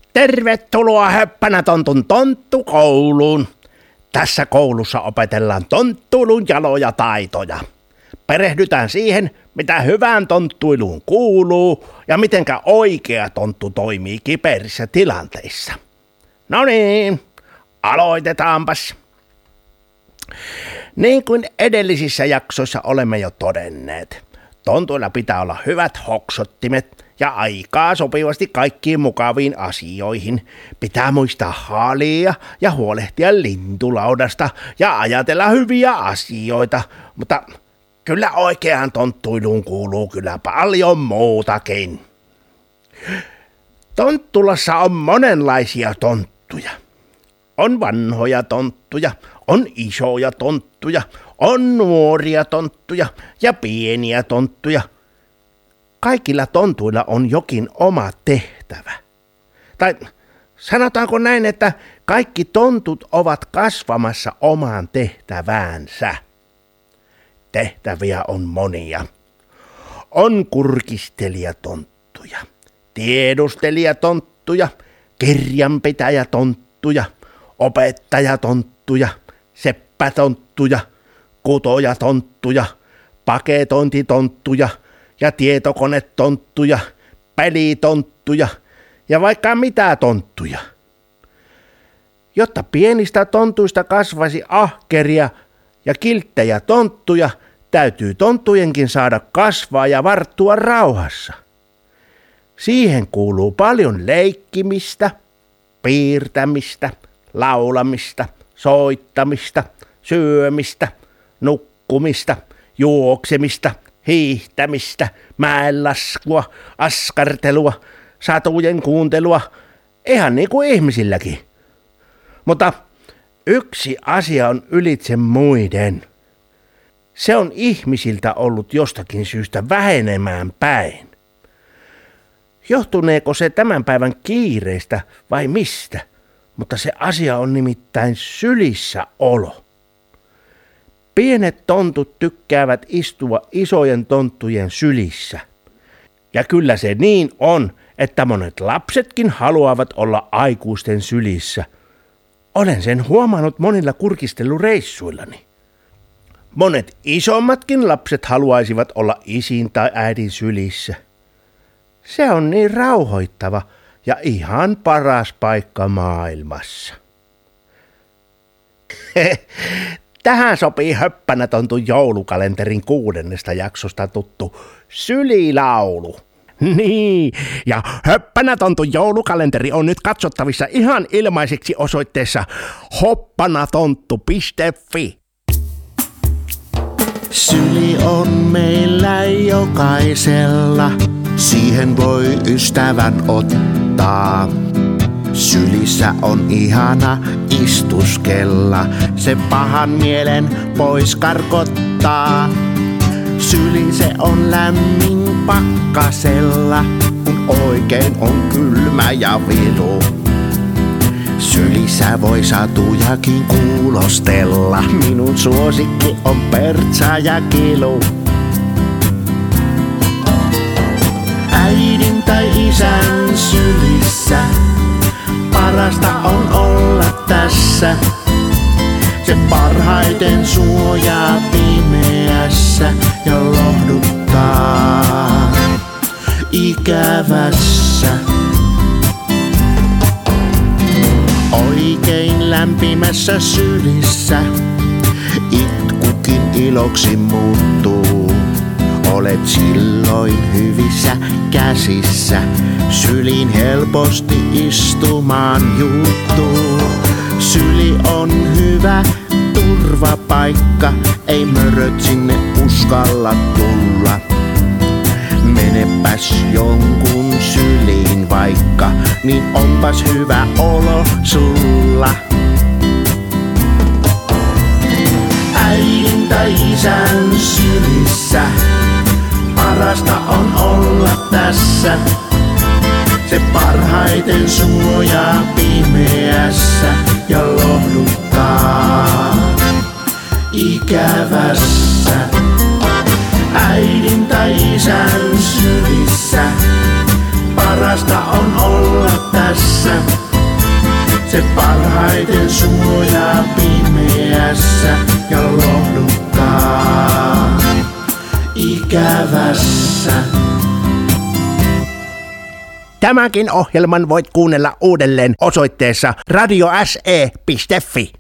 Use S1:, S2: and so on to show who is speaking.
S1: Tervetuloa Höppänätontun tonttukouluun. Tässä koulussa opetellaan tonttuilun jaloja taitoja. Perehdytään siihen, mitä hyvään tonttuiluun kuuluu ja mitenkä oikea tonttu toimii kiperissä tilanteissa. No niin, aloitetaanpas. Niin kuin edellisissä jaksoissa olemme jo todenneet, tontuilla pitää olla hyvät hoksottimet ja aikaa sopivasti kaikkiin mukaviin asioihin. Pitää muistaa haalia ja huolehtia lintulaudasta ja ajatella hyviä asioita, mutta kyllä oikeaan tonttuiluun kuuluu kyllä paljon muutakin. Tonttulassa on monenlaisia tonttuja. On vanhoja tonttuja, on isoja tonttuja, on nuoria tonttuja ja pieniä tonttuja. Kaikilla tontuilla on jokin oma tehtävä. Tai sanotaanko näin, että kaikki tontut ovat kasvamassa omaan tehtäväänsä. Tehtäviä on monia. On kurkistelijatonttuja, tiedustelijatonttuja, kirjanpitäjätonttuja, opettajatonttuja, seppätonttuja, kutojatonttuja, paketointitonttuja ja tietokonetonttuja, pelitonttuja ja vaikka mitä tonttuja. Jotta pienistä tontuista kasvaisi ahkeria ja kilttejä tonttuja, täytyy tonttujenkin saada kasvaa ja varttua rauhassa. Siihen kuuluu paljon leikkimistä, piirtämistä, laulamista, soittamista, syömistä, nukkumista, juoksemista, hiihtämistä, mäenlaskua, askartelua, satujen kuuntelua, ihan niin kuin ihmisilläkin. Mutta yksi asia on ylitse muiden. Se on ihmisiltä ollut jostakin syystä vähenemään päin. Johtuneeko se tämän päivän kiireistä vai mistä? Mutta se asia on nimittäin sylissä olo. Pienet tontut tykkäävät istua isojen tonttujen sylissä. Ja kyllä se niin on, että monet lapsetkin haluavat olla aikuisten sylissä. Olen sen huomannut monilla kurkistelureissuillani. Monet isommatkin lapset haluaisivat olla isin tai äidin sylissä. Se on niin rauhoittava ja ihan paras paikka maailmassa. Tähän sopii Höppänätontun joulukalenterin 6. jaksosta tuttu sylilaulu. Niin, ja Höppänätontun joulukalenteri on nyt katsottavissa ihan ilmaiseksi osoitteessa hoppanatonttu.fi.
S2: Syli on meillä jokaisella, siihen voi ystävän ottaa. Sylissä on ihana istuskella, se pahan mielen pois karkottaa. Syli se on lämmin pakkasella, kun oikein on kylmä ja vilu. Sylissä voi satujakin kuulostella, minun suosikki on Pertsa ja Kilu. Äidin tai isän sylissä, parasta on olla tässä. Se parhaiten suojaa pimeässä ja lohduttaa ikävässä. Oikein lämpimässä sylissä itkukin iloksi muuttuu. Olet silloin hyvissä käsissä, syliin helposti istumaan juuttuu. Syli on hyvä turvapaikka, ei möröt sinne uskalla tulla. Menepäs jonkun syliin vaikka, niin onpas hyvä olo sulla. Äidin tai isän sylissä, parasta on olla tässä. Se parhaiten suojaa pimeässä ja lohduttaa ikävässä. Äidin tai isän sylissä, parasta on olla tässä. Se parhaiten suojaa pimeässä ja lohduttaa ikävässä.
S1: Tämänkin ohjelman voit kuunnella uudelleen osoitteessa radiose.fi.